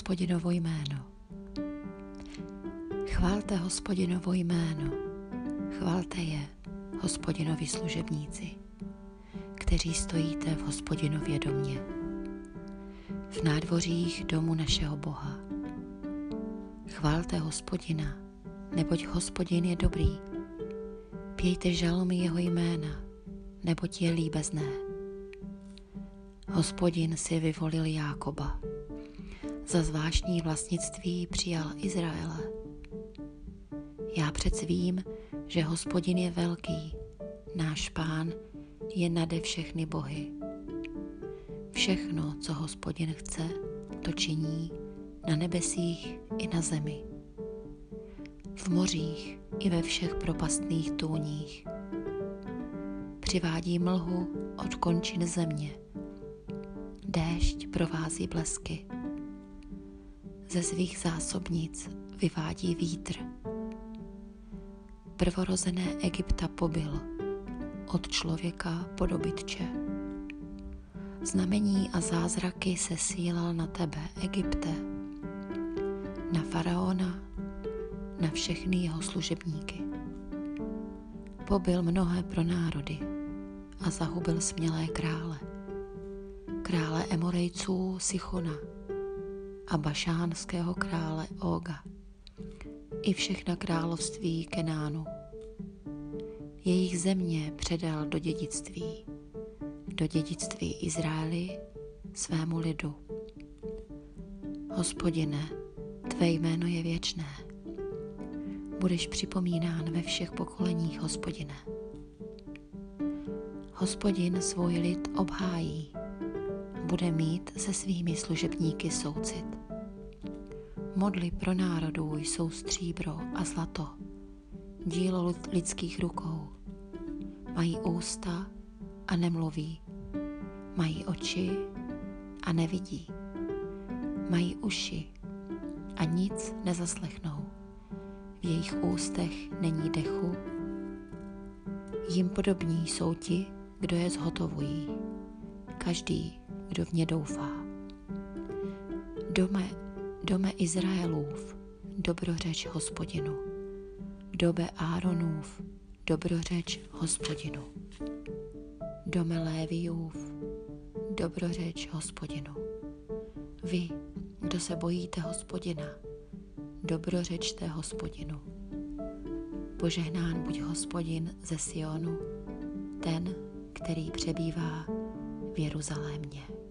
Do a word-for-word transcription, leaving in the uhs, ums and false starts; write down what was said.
Hospodinovo jméno. Chválte Hospodinovo jméno, chválte je, Hospodinovi služebníci, kteří stojíte v Hospodinově domě, v nádvořích domu našeho Boha. Chválte Hospodina, neboť Hospodin je dobrý. Pějte žalmy jeho jména, neboť je líbezné. Hospodin si vyvolil Jákoba, za zvláštní vlastnictví přijal Izraele. Já přece vím, že Hospodin je velký, náš Pán je nade všechny bohy. Všechno, co Hospodin chce, to činí na nebesích i na zemi, v mořích i ve všech propastných tůních. Přivádí mlhu od končin země, déšť provází blesky. Ze svých zásobnic vyvádí vítr. Prvorozené Egypta pobil, od člověka po dobytče. Znamení a zázraky sesílal na tebe, Egypte, na faraona, na všechny jeho služebníky. Pobil mnohé pronárody a zahubil smělé krále. Krále Emorejců Sichona a bašánského krále Óga i všechna království Kenánu. Jejich země předal do dědictví, do dědictví Izraeli, svému lidu. Hospodine, tvé jméno je věčné. Budeš připomínán ve všech pokoleních, Hospodine. Hospodin svůj lid obhájí, bude mít se svými služebníky soucit. Modly pro národů jsou stříbro a zlato, dílo lidských rukou. Mají ústa a nemluví, mají oči a nevidí, mají uši a nic nezaslechnou. V jejich ústech není dechu. Jim podobní jsou ti, kdo je zhotovují, každý, kdo v ně doufá. Dome, dome Izraelův, dobrořeč Hospodinu. Dobe Áronův, dobrořeč Hospodinu. Dome Léviův, dobrořeč Hospodinu. Vy, kdo se bojíte Hospodina, dobrořečte Hospodinu. Požehnán buď Hospodin ze Sionu, ten, který přebývá v Jeruzalémě.